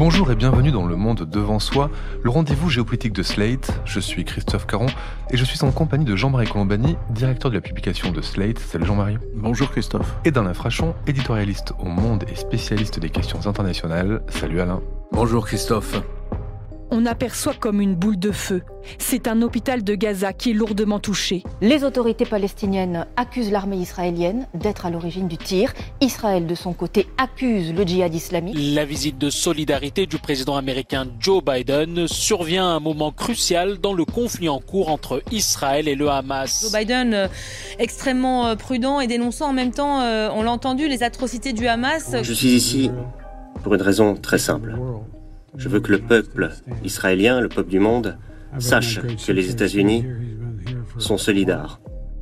Bonjour et bienvenue dans Le Monde Devant Soi, le rendez-vous géopolitique de Slate. Je suis Christophe Caron et je suis en compagnie de Jean-Marie Colombani, directeur de la publication de Slate. Salut Jean-Marie. Bonjour Christophe. Et d'Alain Frachon, éditorialiste au Monde et spécialiste des questions internationales. Salut Alain. Bonjour Christophe. On aperçoit comme une boule de feu. C'est un hôpital de Gaza qui est lourdement touché. Les autorités palestiniennes accusent l'armée israélienne d'être à l'origine du tir. Israël, de son côté, accuse le djihad islamique. La visite de solidarité du président américain Joe Biden survient à un moment crucial dans le conflit en cours entre Israël et le Hamas. Joe Biden, extrêmement prudent et dénonçant en même temps, on l'a entendu, les atrocités du Hamas. Je suis ici pour une raison très simple. Je veux que le peuple israélien, le peuple du monde, sache que les États-Unis sont solidaires.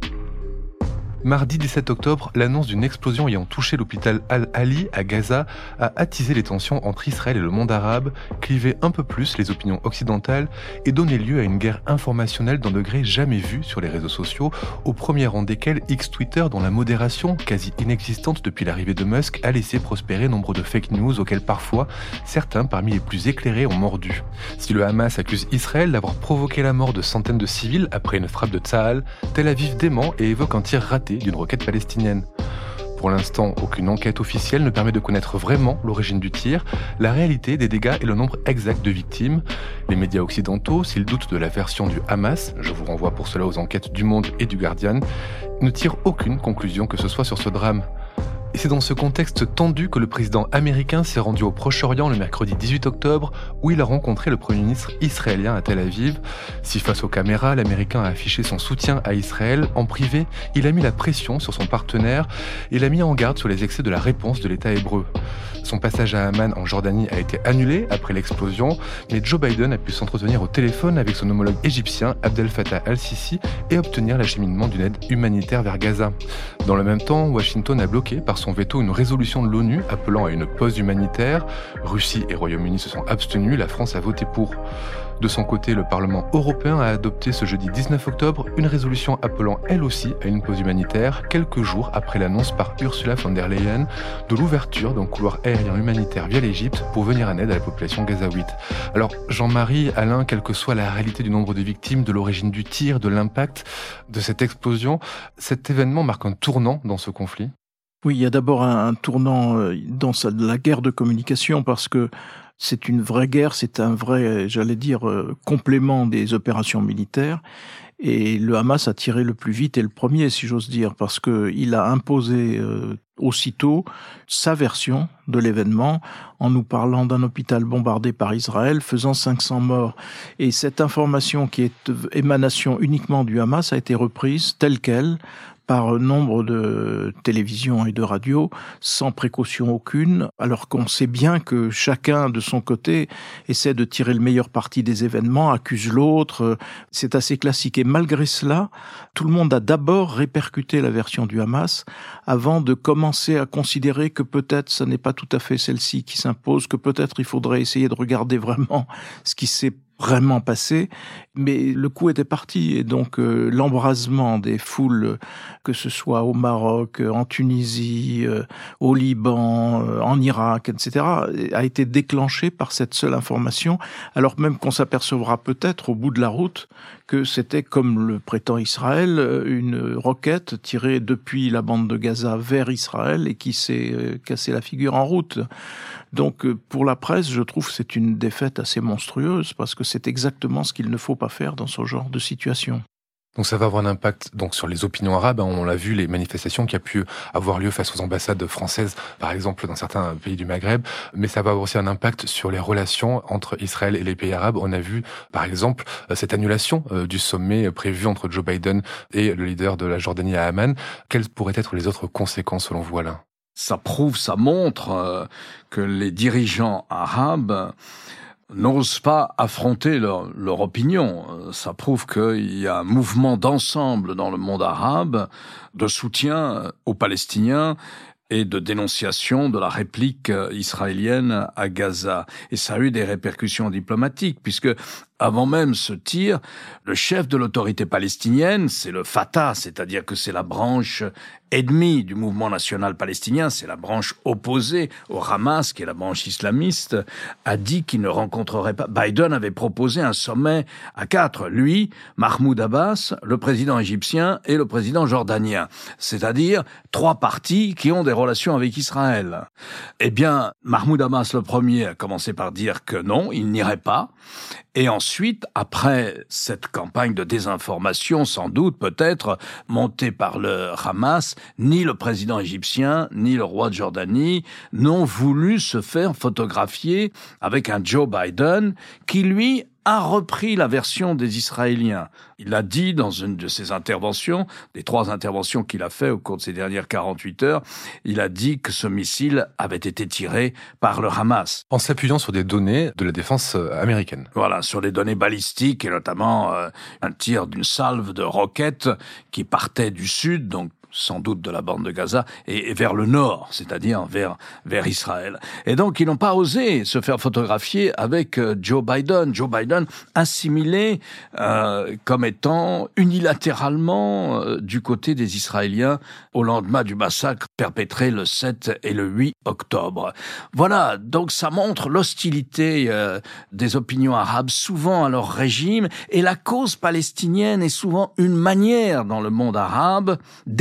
Mardi 17 octobre, l'annonce d'une explosion ayant touché l'hôpital Al-Ali à Gaza a attisé les tensions entre Israël et le monde arabe, clivé un peu plus les opinions occidentales et donné lieu à une guerre informationnelle d'un degré jamais vu sur les réseaux sociaux, au premier rang desquels X-Twitter, dont la modération, quasi inexistante depuis l'arrivée de Musk, a laissé prospérer nombre de fake news auxquels parfois certains parmi les plus éclairés ont mordu. Si le Hamas accuse Israël d'avoir provoqué la mort de centaines de civils après une frappe de Tsahal, Tel Aviv dément et évoque un tir raté d'une roquette palestinienne. Pour l'instant, aucune enquête officielle ne permet de connaître vraiment l'origine du tir, la réalité des dégâts et le nombre exact de victimes. Les médias occidentaux, s'ils doutent de la version du Hamas, je vous renvoie pour cela aux enquêtes du Monde et du Guardian, ne tirent aucune conclusion que ce soit sur ce drame. Et c'est dans ce contexte tendu que le président américain s'est rendu au Proche-Orient le mercredi 18 octobre, où il a rencontré le Premier ministre israélien à Tel Aviv. Si face aux caméras, l'Américain a affiché son soutien à Israël, en privé, il a mis la pression sur son partenaire et l'a mis en garde sur les excès de la réponse de l'État hébreu. Son passage à Amman en Jordanie a été annulé après l'explosion, mais Joe Biden a pu s'entretenir au téléphone avec son homologue égyptien Abdel Fattah al-Sisi et obtenir l'acheminement d'une aide humanitaire vers Gaza. Dans le même temps, Washington a bloqué par son veto une résolution de l'ONU appelant à une pause humanitaire. Russie et Royaume-Uni se sont abstenus, la France a voté pour. De son côté, le Parlement européen a adopté ce jeudi 19 octobre une résolution appelant elle aussi à une pause humanitaire, quelques jours après l'annonce par Ursula von der Leyen de l'ouverture d'un couloir aérien humanitaire via l'Égypte pour venir en aide à la population gazaouite. Alors, Jean-Marie, Alain, quelle que soit la réalité du nombre de victimes, de l'origine du tir, de l'impact de cette explosion, cet événement marque un tournant dans ce conflit. Oui, il y a d'abord un tournant dans la guerre de communication parce que c'est une vraie guerre, c'est un vrai, j'allais dire, complément des opérations militaires. Et le Hamas a tiré le plus vite et le premier, si j'ose dire, parce que il a imposé aussitôt sa version de l'événement en nous parlant d'un hôpital bombardé par Israël, faisant 500 morts. Et cette information qui est émanation uniquement du Hamas a été reprise telle quelle par nombre de télévisions et de radios, sans précaution aucune, alors qu'on sait bien que chacun, de son côté, essaie de tirer le meilleur parti des événements, accuse l'autre. C'est assez classique. Et malgré cela, tout le monde a d'abord répercuté la version du Hamas avant de commencer à considérer que peut-être ce n'est pas tout à fait celle-ci qui s'impose, que peut-être il faudrait essayer de regarder vraiment ce qui s'est vraiment passé, mais le coup était parti et donc l'embrasement des foules, que ce soit au Maroc, en Tunisie, au Liban, en Irak, etc., a été déclenché par cette seule information, alors même qu'on s'apercevra peut-être au bout de la route que c'était, comme le prétend Israël, une roquette tirée depuis la bande de Gaza vers Israël et qui s'est cassé la figure en route. Donc pour la presse, je trouve que c'est une défaite assez monstrueuse parce que c'est exactement ce qu'il ne faut pas faire dans ce genre de situation. Donc ça va avoir un impact donc sur les opinions arabes. On l'a vu, les manifestations qui a pu avoir lieu face aux ambassades françaises, par exemple, dans certains pays du Maghreb. Mais ça va avoir aussi un impact sur les relations entre Israël et les pays arabes. On a vu, par exemple, cette annulation du sommet prévu entre Joe Biden et le leader de la Jordanie à Amman. Quelles pourraient être les autres conséquences selon vous, Alain ? Ça montre que les dirigeants arabes n'osent pas affronter leur opinion. Ça prouve qu'il y a un mouvement d'ensemble dans le monde arabe de soutien aux Palestiniens et de dénonciation de la réplique israélienne à Gaza. Et ça a eu des répercussions diplomatiques, puisque Avant même ce tir, le chef de l'autorité palestinienne, c'est le Fatah, c'est-à-dire que c'est la branche ennemie du mouvement national palestinien, c'est la branche opposée au Hamas, qui est la branche islamiste, a dit qu'il ne rencontrerait pas. Biden avait proposé un sommet à 4, lui, Mahmoud Abbas, le président égyptien et le président jordanien, c'est-à-dire 3 partis qui ont des relations avec Israël. Eh bien, Mahmoud Abbas, le premier, a commencé par dire que non, il n'irait pas. Et ensuite, après cette campagne de désinformation, sans doute, peut-être, montée par le Hamas, ni le président égyptien, ni le roi de Jordanie n'ont voulu se faire photographier avec un Joe Biden qui, lui, a repris la version des Israéliens. Il a dit dans une de ses interventions, des 3 interventions qu'il a fait au cours de ces dernières 48 heures, il a dit que ce missile avait été tiré par le Hamas. En s'appuyant sur des données de la défense américaine. Voilà, sur les données balistiques et notamment un tir d'une salve de roquettes qui partait du sud, donc sans doute de la bande de Gaza, et vers le nord, c'est-à-dire vers Israël. Et donc, ils n'ont pas osé se faire photographier avec Joe Biden. Joe Biden assimilé comme étant unilatéralement du côté des Israéliens au lendemain du massacre perpétré le 7 et le 8 octobre. Voilà, donc ça montre l'hostilité des opinions arabes souvent à leur régime, et la cause palestinienne est souvent une manière dans le monde arabe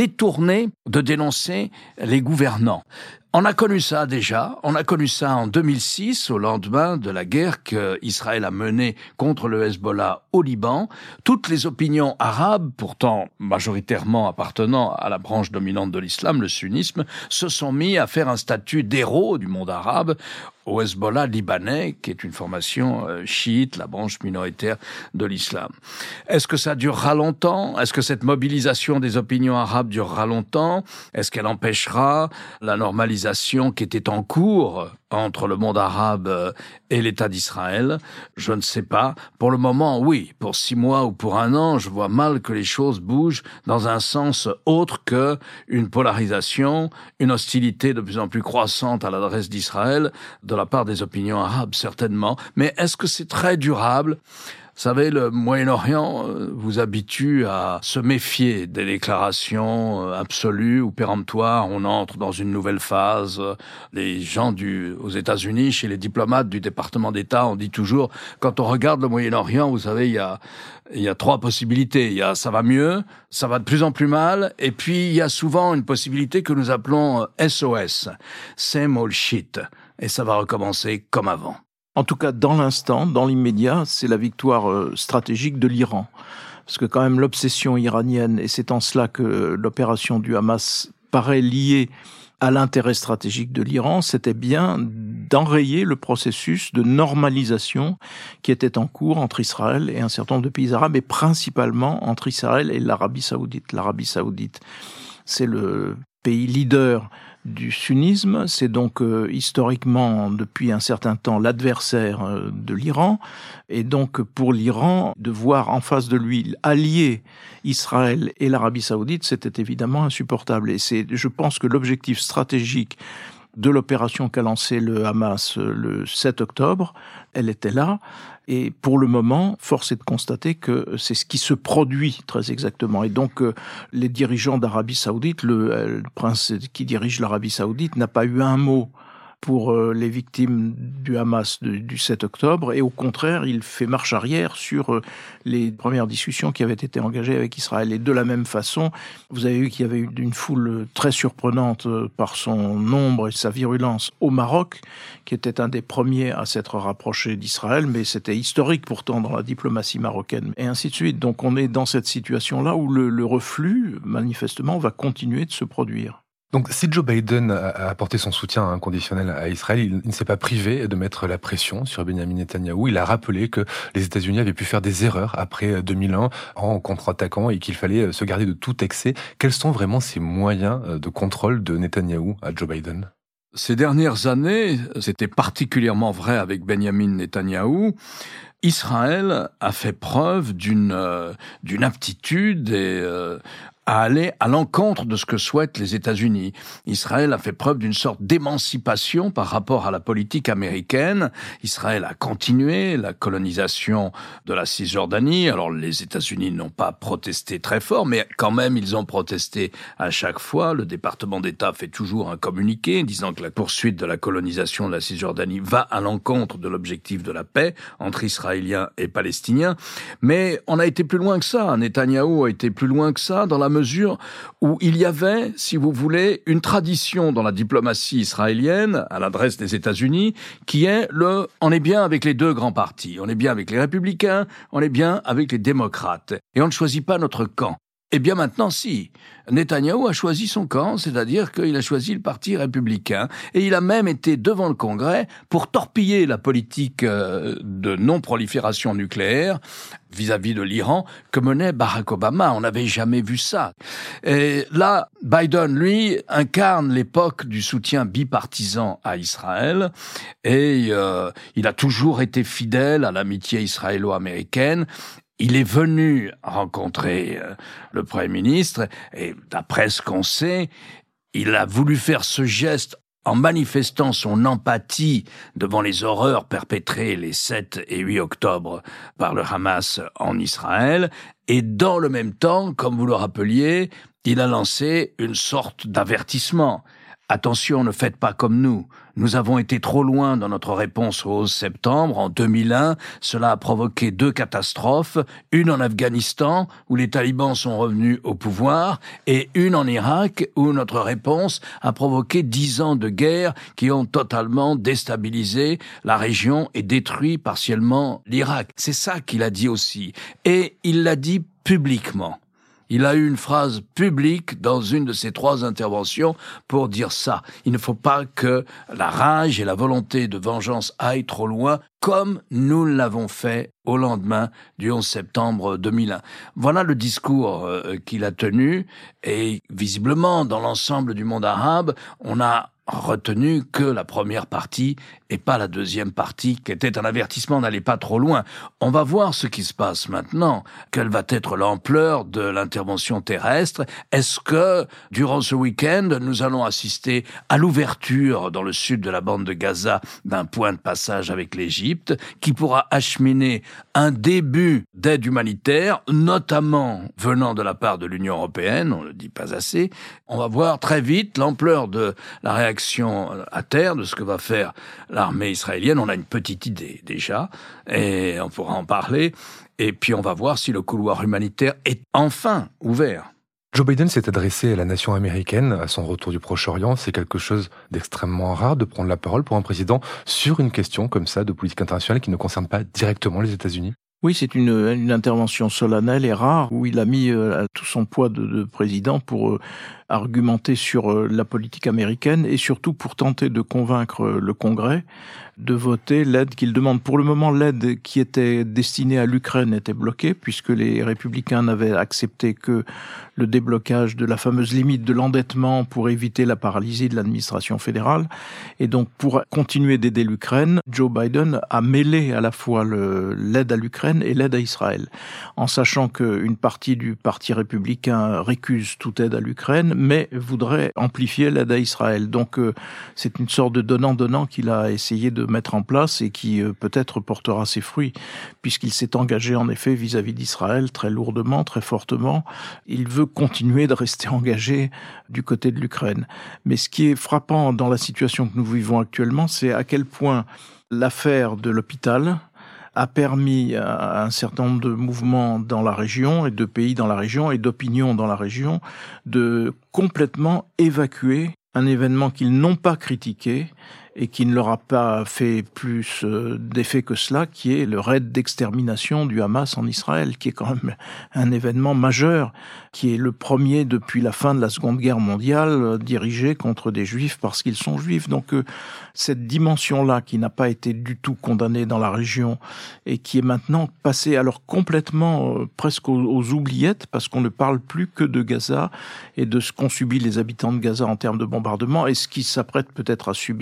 de dénoncer les gouvernants. On a connu ça déjà, on a connu ça en 2006, au lendemain de la guerre qu'Israël a menée contre le Hezbollah au Liban. Toutes les opinions arabes, pourtant majoritairement appartenant à la branche dominante de l'islam, le sunnisme, se sont mis à faire un statut d'héros du monde arabe au Hezbollah libanais, qui est une formation chiite, la branche minoritaire de l'islam. Est-ce que ça durera longtemps? Est-ce que cette mobilisation des opinions arabes durera longtemps? Est-ce qu'elle empêchera la normalisation qui était en cours entre le monde arabe et l'État d'Israël? Je ne sais pas. Pour le moment, oui. Pour 6 mois ou pour 1 an, je vois mal que les choses bougent dans un sens autre que une polarisation, une hostilité de plus en plus croissante à l'adresse d'Israël de la part des opinions arabes, certainement. Mais est-ce que c'est très durable? Vous savez, le Moyen-Orient vous habitue à se méfier des déclarations absolues ou péremptoires. On entre dans une nouvelle phase. Les gens aux États-Unis, chez les diplomates du département d'État, on dit toujours, quand on regarde le Moyen-Orient, vous savez, il y a 3 possibilités. Il y a ça va mieux, ça va de plus en plus mal, et puis il y a souvent une possibilité que nous appelons SOS, same old shit, et ça va recommencer comme avant. En tout cas, dans l'instant, dans l'immédiat, c'est la victoire stratégique de l'Iran. Parce que quand même l'obsession iranienne, et c'est en cela que l'opération du Hamas paraît liée à l'intérêt stratégique de l'Iran, c'était bien d'enrayer le processus de normalisation qui était en cours entre Israël et un certain nombre de pays arabes, et principalement entre Israël et l'Arabie saoudite. L'Arabie saoudite, c'est le pays leader du sunnisme, c'est donc historiquement depuis un certain temps l'adversaire de l'Iran, et donc pour l'Iran de voir en face de lui allier Israël et l'Arabie saoudite, c'était évidemment insupportable. Et je pense que l'objectif stratégique de l'opération qu'a lancée le Hamas le 7 octobre, elle était là. Et pour le moment, force est de constater que c'est ce qui se produit très exactement. Et donc, les dirigeants d'Arabie Saoudite, le prince qui dirige l'Arabie Saoudite, n'a pas eu un mot pour les victimes du Hamas du 7 octobre, et au contraire, il fait marche arrière sur les premières discussions qui avaient été engagées avec Israël. Et de la même façon, vous avez vu qu'il y avait eu une foule très surprenante par son nombre et sa virulence au Maroc, qui était un des premiers à s'être rapproché d'Israël, mais c'était historique pourtant dans la diplomatie marocaine, et ainsi de suite. Donc on est dans cette situation-là où le reflux, manifestement, va continuer de se produire. Donc, si Joe Biden a apporté son soutien inconditionnel à Israël, il ne s'est pas privé de mettre la pression sur Benjamin Netanyahou. Il a rappelé que les États-Unis avaient pu faire des erreurs après 2001 en contre-attaquant et qu'il fallait se garder de tout excès. Quels sont vraiment ces moyens de contrôle de Netanyahou à Joe Biden ? Ces dernières années, c'était particulièrement vrai avec Benjamin Netanyahou. Israël a fait preuve d'une aptitude à aller à l'encontre de ce que souhaitent les États-Unis. Israël a fait preuve d'une sorte d'émancipation par rapport à la politique américaine. Israël a continué la colonisation de la Cisjordanie. Alors les États-Unis n'ont pas protesté très fort, mais quand même ils ont protesté à chaque fois. Le département d'État fait toujours un communiqué disant que la poursuite de la colonisation de la Cisjordanie va à l'encontre de l'objectif de la paix entre Israéliens et Palestiniens. Mais on a été plus loin que ça. Netanyahou a été plus loin que ça dans la mesure où il y avait, si vous voulez, une tradition dans la diplomatie israélienne à l'adresse des États-Unis qui est on est bien avec les deux grands partis, on est bien avec les républicains, on est bien avec les démocrates et on ne choisit pas notre camp. Eh bien maintenant, si. Netanyahou a choisi son camp, c'est-à-dire qu'il a choisi le parti républicain, et il a même été devant le Congrès pour torpiller la politique de non-prolifération nucléaire vis-à-vis de l'Iran que menait Barack Obama. On n'avait jamais vu ça. Et là, Biden, lui, incarne l'époque du soutien bipartisan à Israël, et il a toujours été fidèle à l'amitié israélo-américaine. Il est venu rencontrer le Premier ministre et d'après ce qu'on sait, il a voulu faire ce geste en manifestant son empathie devant les horreurs perpétrées les 7 et 8 octobre par le Hamas en Israël. Et dans le même temps, comme vous le rappeliez, il a lancé une sorte d'avertissement. Attention, ne faites pas comme nous. Nous avons été trop loin dans notre réponse au 11 septembre. En 2001, cela a provoqué 2 catastrophes. Une en Afghanistan, où les talibans sont revenus au pouvoir, et une en Irak, où notre réponse a provoqué 10 ans de guerre qui ont totalement déstabilisé la région et détruit partiellement l'Irak. C'est ça qu'il a dit aussi. Et il l'a dit publiquement. Il a eu une phrase publique dans une de ses 3 interventions pour dire ça. Il ne faut pas que la rage et la volonté de vengeance aillent trop loin, comme nous l'avons fait au lendemain du 11 septembre 2001. Voilà le discours qu'il a tenu, et visiblement, dans l'ensemble du monde arabe, on a retenu que la première partie et pas la deuxième partie, qui était un avertissement, n'allait pas trop loin. On va voir ce qui se passe maintenant. Quelle va être l'ampleur de l'intervention terrestre? Est-ce que, durant ce week-end, nous allons assister à l'ouverture dans le sud de la bande de Gaza d'un point de passage avec l'Égypte, qui pourra acheminer un début d'aide humanitaire, notamment venant de la part de l'Union européenne, on ne le dit pas assez. On va voir très vite l'ampleur de la réaction à terre, de ce que va faire l'armée israélienne. On a une petite idée déjà, et on pourra en parler. Et puis on va voir si le couloir humanitaire est enfin ouvert. Joe Biden s'est adressé à la nation américaine à son retour du Proche-Orient. C'est quelque chose d'extrêmement rare de prendre la parole pour un président sur une question comme ça de politique internationale qui ne concerne pas directement les États-Unis. Oui, c'est une intervention solennelle et rare où il a mis tout son poids de président pour argumenter sur la politique américaine et surtout pour tenter de convaincre le Congrès de voter l'aide qu'il demande. Pour le moment, l'aide qui était destinée à l'Ukraine était bloquée puisque les républicains n'avaient accepté que le déblocage de la fameuse limite de l'endettement pour éviter la paralysie de l'administration fédérale. Et donc, pour continuer d'aider l'Ukraine, Joe Biden a mêlé à la fois l'aide à l'Ukraine et l'aide à Israël, en sachant qu'une partie du parti républicain récuse toute aide à l'Ukraine, mais voudrait amplifier l'aide à Israël. Donc, c'est une sorte de donnant-donnant qu'il a essayé de mettre en place et qui peut-être portera ses fruits, puisqu'il s'est engagé en effet vis-à-vis d'Israël très lourdement, très fortement. Il veut continuer de rester engagé du côté de l'Ukraine. Mais ce qui est frappant dans la situation que nous vivons actuellement, c'est à quel point l'affaire de l'hôpital a permis à un certain nombre de mouvements dans la région et de pays dans la région et d'opinions dans la région de complètement évacuer un événement qu'ils n'ont pas critiqué et qui ne leur a pas fait plus d'effet que cela, qui est le raid d'extermination du Hamas en Israël, qui est quand même un événement majeur, qui est le premier depuis la fin de la Seconde Guerre mondiale, dirigé contre des Juifs parce qu'ils sont Juifs. Donc cette dimension-là, qui n'a pas été du tout condamnée dans la région, et qui est maintenant passée alors complètement presque aux oubliettes, parce qu'on ne parle plus que de Gaza et de ce qu'ont subi les habitants de Gaza en termes de bombardement, et ce qu'ils s'apprêtent peut-être à subir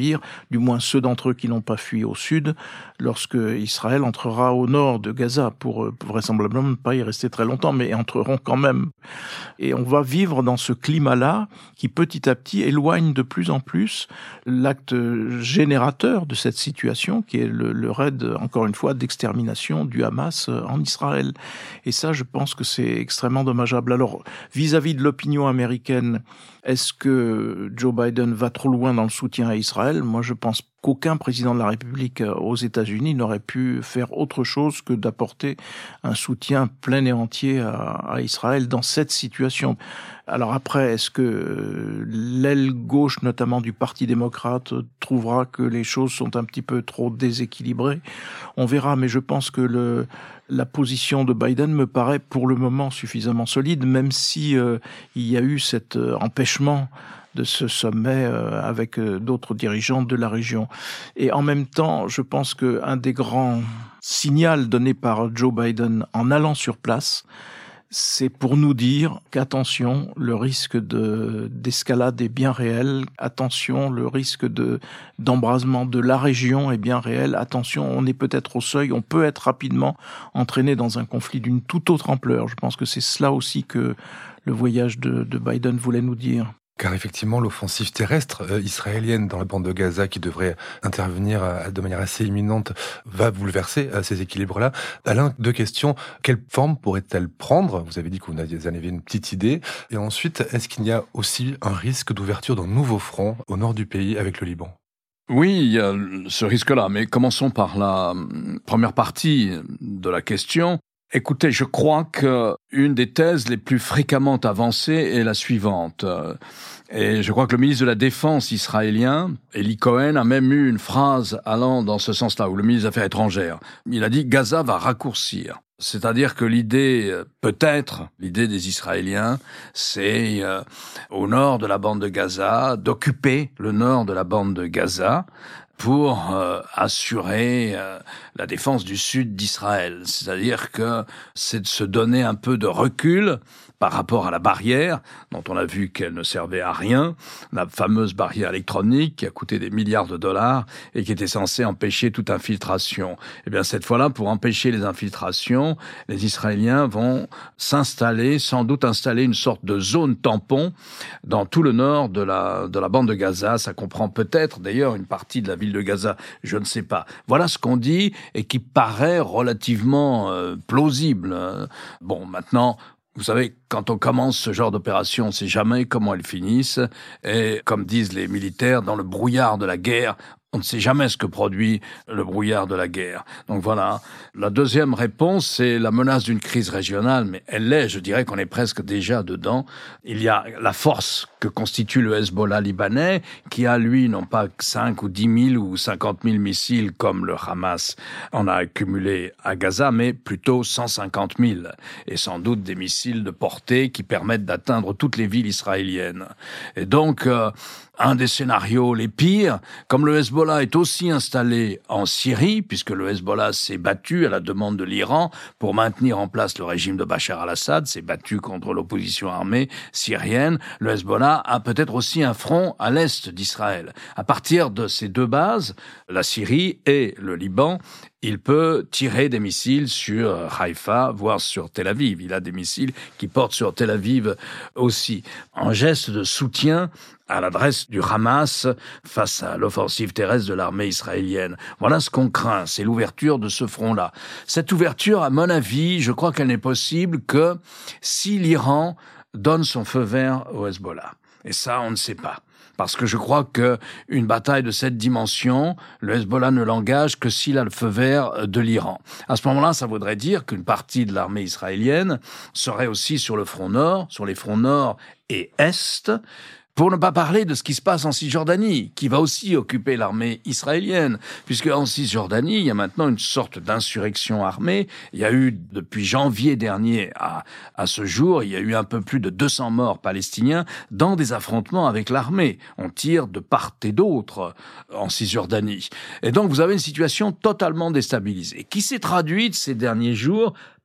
du moins ceux d'entre eux qui n'ont pas fui au sud, lorsque Israël entrera au nord de Gaza, pour vraisemblablement ne pas y rester très longtemps, mais entreront quand même. Et on va vivre dans ce climat-là qui petit à petit éloigne de plus en plus l'acte générateur de cette situation, qui est le raid, encore une fois, d'extermination du Hamas en Israël. Et ça, je pense que c'est extrêmement dommageable. Alors, vis-à-vis de l'opinion américaine, est-ce que Joe Biden va trop loin dans le soutien à Israël ? Moi, je pense qu'aucun président de la République aux États-Unis n'aurait pu faire autre chose que d'apporter un soutien plein et entier à Israël dans cette situation. Alors après, est-ce que l'aile gauche, notamment du Parti démocrate, trouvera que les choses sont un petit peu trop déséquilibrées ? On verra, mais je pense que la position de Biden me paraît pour le moment suffisamment solide, même si il y a eu cet empêchement de ce sommet avec d'autres dirigeants de la région. Et en même temps, je pense qu'un des grands signaux donnés par Joe Biden en allant sur place, c'est pour nous dire qu'attention, le risque d'escalade est bien réel. Attention, le risque d'embrasement de la région est bien réel. Attention, on est peut-être au seuil, on peut être rapidement entraîné dans un conflit d'une toute autre ampleur. Je pense que c'est cela aussi que le voyage de Biden voulait nous dire. Car effectivement, l'offensive terrestre israélienne dans la bande de Gaza, qui devrait intervenir de manière assez imminente, va bouleverser ces équilibres-là. Alain, 2 questions. Quelle forme pourrait-elle prendre ? Vous avez dit que vous en aviez une petite idée. Et ensuite, est-ce qu'il y a aussi un risque d'ouverture d'un nouveau front au nord du pays avec le Liban ? Oui, il y a ce risque-là, mais commençons par la première partie de la question. Écoutez, je crois qu'une des thèses les plus fréquemment avancées est la suivante. Et je crois que le ministre de la Défense israélien, Eli Cohen, a même eu une phrase allant dans ce sens-là, ou le ministre des Affaires étrangères. Il a dit « Gaza va raccourcir ». C'est-à-dire que l'idée des Israéliens, c'est au nord de la bande de Gaza, d'occuper le nord de la bande de Gaza, pour assurer la défense du sud d'Israël. C'est-à-dire que c'est de se donner un peu de recul par rapport à la barrière, dont on a vu qu'elle ne servait à rien, la fameuse barrière électronique qui a coûté des milliards de dollars et qui était censée empêcher toute infiltration. Eh bien, cette fois-là, pour empêcher les infiltrations, les Israéliens vont sans doute installer une sorte de zone tampon dans tout le nord de la bande de Gaza. Ça comprend peut-être, d'ailleurs, une partie de la ville de Gaza, je ne sais pas. Voilà ce qu'on dit et qui paraît relativement plausible. Bon, maintenant, vous savez, quand on commence ce genre d'opération, on ne sait jamais comment elles finissent. Et comme disent les militaires, dans le brouillard de la guerre, on ne sait jamais ce que produit le brouillard de la guerre. Donc voilà. La deuxième réponse, c'est la menace d'une crise régionale, mais elle l'est, je dirais qu'on est presque déjà dedans. Il y a la force que constitue le Hezbollah libanais, qui a, lui, non pas 5 ou 10 000 ou 50 000 missiles comme le Hamas en a accumulé à Gaza, mais plutôt 150 000. Et sans doute des missiles de portée qui permettent d'atteindre toutes les villes israéliennes. Et donc, un des scénarios les pires, comme le Hezbollah est aussi installé en Syrie, puisque le Hezbollah s'est battu à la demande de l'Iran pour maintenir en place le régime de Bachar al-Assad, s'est battu contre l'opposition armée syrienne, le Hezbollah a peut-être aussi un front à l'est d'Israël. À partir de ces 2 bases, la Syrie et le Liban, il peut tirer des missiles sur Haïfa, voire sur Tel Aviv. Il a des missiles qui portent sur Tel Aviv aussi. En geste de soutien à l'adresse du Hamas face à l'offensive terrestre de l'armée israélienne. Voilà ce qu'on craint, c'est l'ouverture de ce front-là. Cette ouverture, à mon avis, je crois qu'elle n'est possible que si l'Iran donne son feu vert au Hezbollah. Et ça, on ne sait pas. Parce que je crois qu'une bataille de cette dimension, le Hezbollah ne l'engage que s'il a le feu vert de l'Iran. À ce moment-là, ça voudrait dire qu'une partie de l'armée israélienne serait aussi sur le front nord, sur les fronts nord et est, pour ne pas parler de ce qui se passe en Cisjordanie, qui va aussi occuper l'armée israélienne, puisque en Cisjordanie, il y a maintenant une sorte d'insurrection armée. Il y a eu, depuis janvier dernier à ce jour, il y a eu un peu plus de 200 morts palestiniens dans des affrontements avec l'armée. On tire de part et d'autre en Cisjordanie. Et donc, vous avez une situation totalement déstabilisée, qui s'est traduite ces derniers jours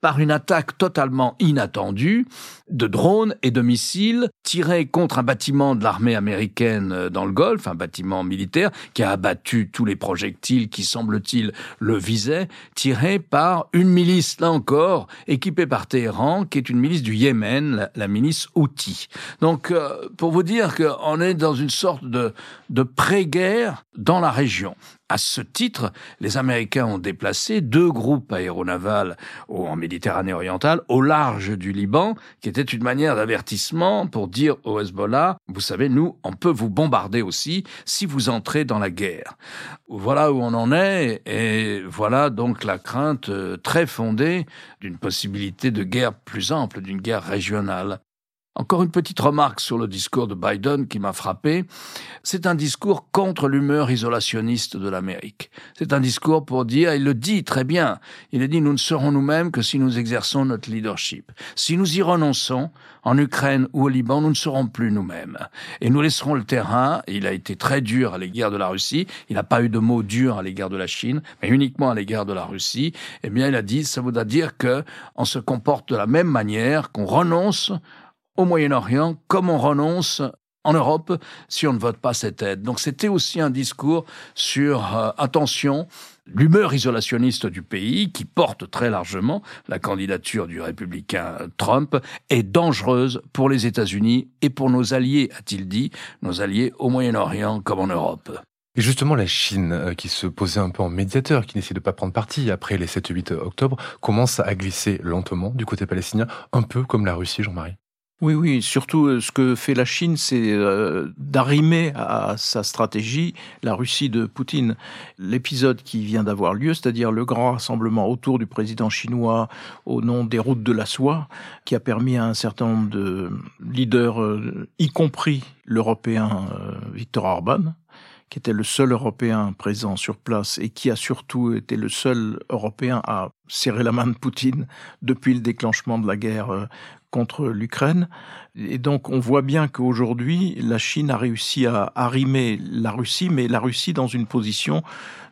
par une attaque totalement inattendue de drones et de missiles tirés contre un bâtiment de l'armée américaine dans le Golfe, un bâtiment militaire qui a abattu tous les projectiles qui, semble-t-il, le visaient, tirés par une milice, là encore, équipée par Téhéran, qui est une milice du Yémen, la milice Houthi. Donc, pour vous dire qu'on est dans une sorte de pré-guerre dans la région. À ce titre, les Américains ont déplacé 2 groupes aéronavals en Méditerranée orientale, au large du Liban, qui était une manière d'avertissement pour dire au Hezbollah, vous savez, nous, on peut vous bombarder aussi si vous entrez dans la guerre. Voilà où on en est, et voilà donc la crainte très fondée d'une possibilité de guerre plus ample, d'une guerre régionale. Encore une petite remarque sur le discours de Biden qui m'a frappé. C'est un discours contre l'humeur isolationniste de l'Amérique. C'est un discours pour dire, il le dit très bien, il a dit nous ne serons nous-mêmes que si nous exerçons notre leadership. Si nous y renonçons, en Ukraine ou au Liban, nous ne serons plus nous-mêmes. Et nous laisserons le terrain. Il a été très dur à l'égard de la Russie. Il n'a pas eu de mots durs à l'égard de la Chine, mais uniquement à l'égard de la Russie. Eh bien, il a dit, ça voudra dire qu'on se comporte de la même manière, qu'on renonce au Moyen-Orient, comme on renonce en Europe si on ne vote pas cette aide. Donc c'était aussi un discours sur, attention, l'humeur isolationniste du pays, qui porte très largement la candidature du républicain Trump, est dangereuse pour les États-Unis et pour nos alliés, a-t-il dit, nos alliés au Moyen-Orient comme en Europe. Et justement, la Chine, qui se posait un peu en médiateur, qui n'essayait de pas prendre parti après les 7-8 octobre, commence à glisser lentement du côté palestinien, un peu comme la Russie, Jean-Marie. Oui, surtout ce que fait la Chine, c'est d'arrimer à sa stratégie la Russie de Poutine. L'épisode qui vient d'avoir lieu, c'est-à-dire le grand rassemblement autour du président chinois au nom des routes de la soie, qui a permis à un certain nombre de leaders, y compris l'Européen Viktor Orban, qui était le seul Européen présent sur place et qui a surtout été le seul Européen à serrer la main de Poutine depuis le déclenchement de la guerre contre l'Ukraine. Et donc on voit bien qu'aujourd'hui, la Chine a réussi à arrimer la Russie, mais la Russie dans une position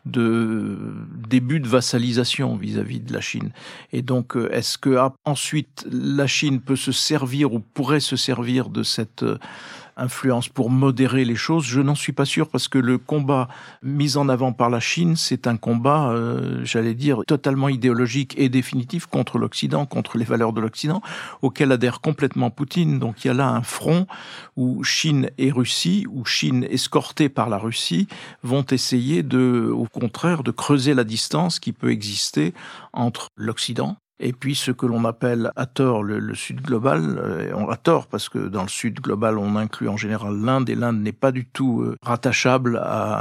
de début de vassalisation vis-à-vis de la Chine. Et donc, est-ce que ensuite la Chine peut se servir ou pourrait se servir de cette influence pour modérer les choses? Je n'en suis pas sûr, parce que le combat mis en avant par la Chine, c'est un combat, j'allais dire, totalement idéologique et définitif contre l'Occident, contre les valeurs de l'Occident, auquel adhère complètement Poutine. Donc il y a là un front où Chine et Russie, où Chine escortée par la Russie, vont essayer au contraire, de creuser la distance qui peut exister entre l'Occident et puis ce que l'on appelle à tort le Sud global. On a tort parce que dans le Sud global, on inclut en général l'Inde, et l'Inde n'est pas du tout rattachable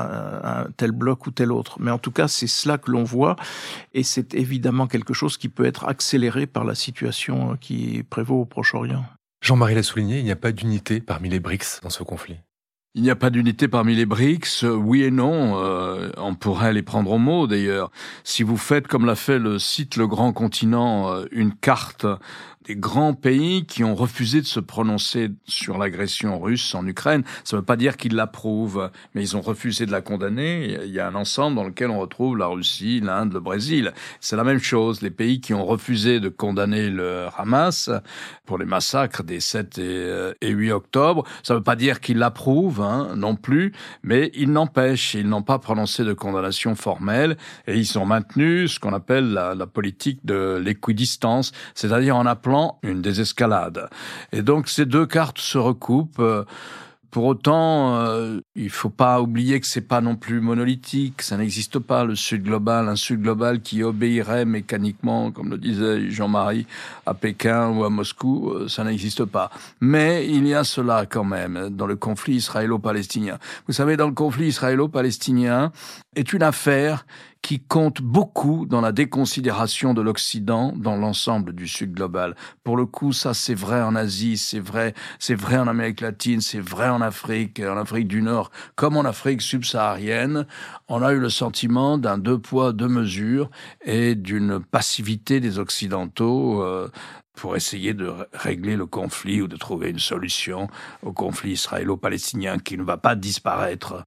à un tel bloc ou tel autre. Mais en tout cas, c'est cela que l'on voit, et c'est évidemment quelque chose qui peut être accéléré par la situation qui prévaut au Proche-Orient. Jean-Marie l'a souligné, il n'y a pas d'unité parmi les BRICS dans ce conflit. Il n'y a pas d'unité parmi les BRICS, oui et non, on pourrait les prendre au mot d'ailleurs. Si vous faites, comme l'a fait le site Le Grand Continent, une carte des grands pays qui ont refusé de se prononcer sur l'agression russe en Ukraine, ça ne veut pas dire qu'ils l'approuvent, mais ils ont refusé de la condamner. Il y a un ensemble dans lequel on retrouve la Russie, l'Inde, le Brésil. C'est la même chose, les pays qui ont refusé de condamner le Hamas pour les massacres des 7 et 8 octobre, ça ne veut pas dire qu'ils l'approuvent, non plus, mais il n'empêche, ils n'ont pas prononcé de condamnation formelle, et ils ont maintenu ce qu'on appelle la politique de l'équidistance, c'est-à-dire en appelant une désescalade. Et donc ces deux cartes se recoupent. Pour autant, il faut pas oublier que c'est pas non plus monolithique, ça n'existe pas le Sud global, un Sud global qui obéirait mécaniquement, comme le disait Jean-Marie, à Pékin ou à Moscou, ça n'existe pas. Mais il y a cela quand même dans le conflit israélo-palestinien. Vous savez, dans le conflit israélo-palestinien est une affaire qui compte beaucoup dans la déconsidération de l'Occident dans l'ensemble du Sud global. Pour le coup, ça c'est vrai en Asie, c'est vrai en Amérique latine, c'est vrai en Afrique du Nord, comme en Afrique subsaharienne. On a eu le sentiment d'un 2 poids, 2 mesures et d'une passivité des Occidentaux pour essayer de régler le conflit ou de trouver une solution au conflit israélo-palestinien qui ne va pas disparaître.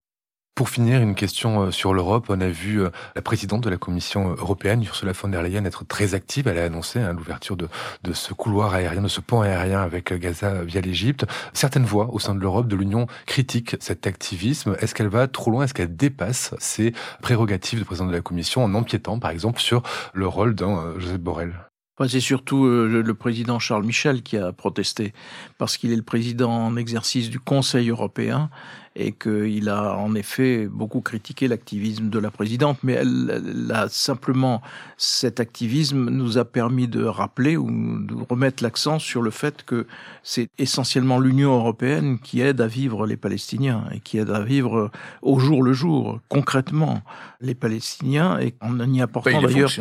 Pour finir, une question sur l'Europe. On a vu la présidente de la Commission européenne, Ursula von der Leyen, être très active. Elle a annoncé l'ouverture de ce couloir aérien, de ce pont aérien avec Gaza via l'Égypte. Certaines voix au sein de l'Europe, de l'Union, critiquent cet activisme. Est-ce qu'elle va trop loin? Est-ce qu'elle dépasse ses prérogatives de présidente de la Commission en empiétant, par exemple, sur le rôle d'un Josep Borrell? C'est surtout le président Charles Michel qui a protesté, parce qu'il est le président en exercice du Conseil européen et qu'il a en effet beaucoup critiqué l'activisme de la présidente. Mais elle a simplement, cet activisme nous a permis de rappeler ou de remettre l'accent sur le fait que c'est essentiellement l'Union européenne qui aide à vivre les Palestiniens et qui aide à vivre au jour le jour, concrètement, les Palestiniens, et en y apportant d'ailleurs,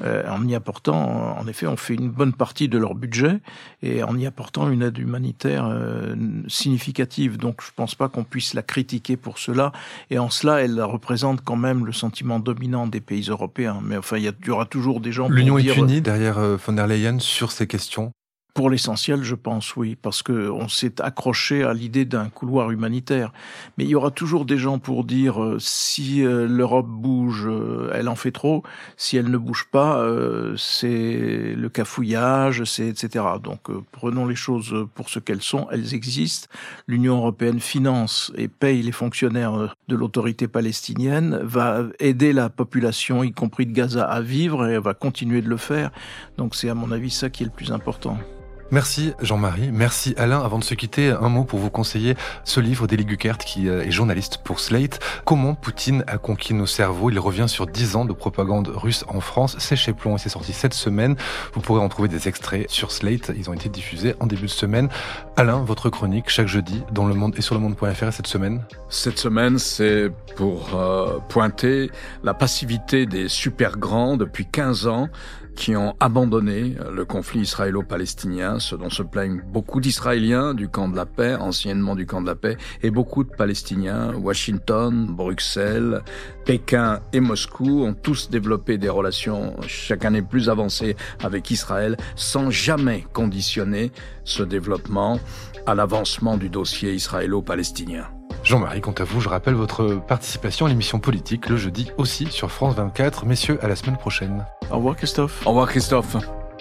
en effet, on fait une bonne partie de leur budget et en y apportant une aide humanitaire significative. Donc je pense pas qu'on puisse la critiquer pour cela, et en cela elle représente quand même le sentiment dominant des pays européens. Mais enfin, il y aura toujours des gens pour dire... L'Union est unie derrière von der Leyen sur ces questions? Pour l'essentiel, je pense, oui, parce que on s'est accroché à l'idée d'un couloir humanitaire. Mais il y aura toujours des gens pour dire si l'Europe bouge, elle en fait trop. Si elle ne bouge pas, c'est le cafouillage, c'est etc. Donc prenons les choses pour ce qu'elles sont. Elles existent. L'Union européenne finance et paye les fonctionnaires de l'autorité palestinienne, va aider la population, y compris de Gaza, à vivre, et elle va continuer de le faire. Donc c'est à mon avis ça qui est le plus important. Merci Jean-Marie, merci Alain. Avant de se quitter, un mot pour vous conseiller ce livre d'Elie Guckert, qui est journaliste pour Slate. Comment Poutine a conquis nos cerveaux. Il revient sur 10 ans de propagande russe en France. C'est chez Plomb et c'est sorti cette semaine. Vous pourrez en trouver des extraits sur Slate. Ils ont été diffusés en début de semaine. Alain, votre chronique chaque jeudi dans Le Monde et sur lemonde.fr cette semaine? Cette semaine, c'est pour pointer la passivité des super grands depuis 15 ans qui ont abandonné le conflit israélo-palestinien, ce dont se plaignent beaucoup d'Israéliens du camp de la paix, anciennement du camp de la paix, et beaucoup de Palestiniens. Washington, Bruxelles, Pékin et Moscou ont tous développé des relations chaque année plus avancées avec Israël, sans jamais conditionner ce développement à l'avancement du dossier israélo-palestinien. Jean-Marie, quant à vous, je rappelle votre participation à l'émission politique le jeudi aussi sur France 24. Messieurs, à la semaine prochaine. Au revoir Christophe. Au revoir Christophe.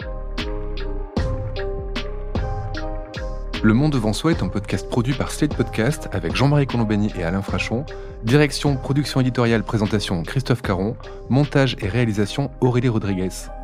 Le Monde devant soi est un podcast produit par Slate Podcast avec Jean-Marie Colombani et Alain Frachon. Direction, production éditoriale, présentation Christophe Caron. Montage et réalisation Aurélie Rodriguez.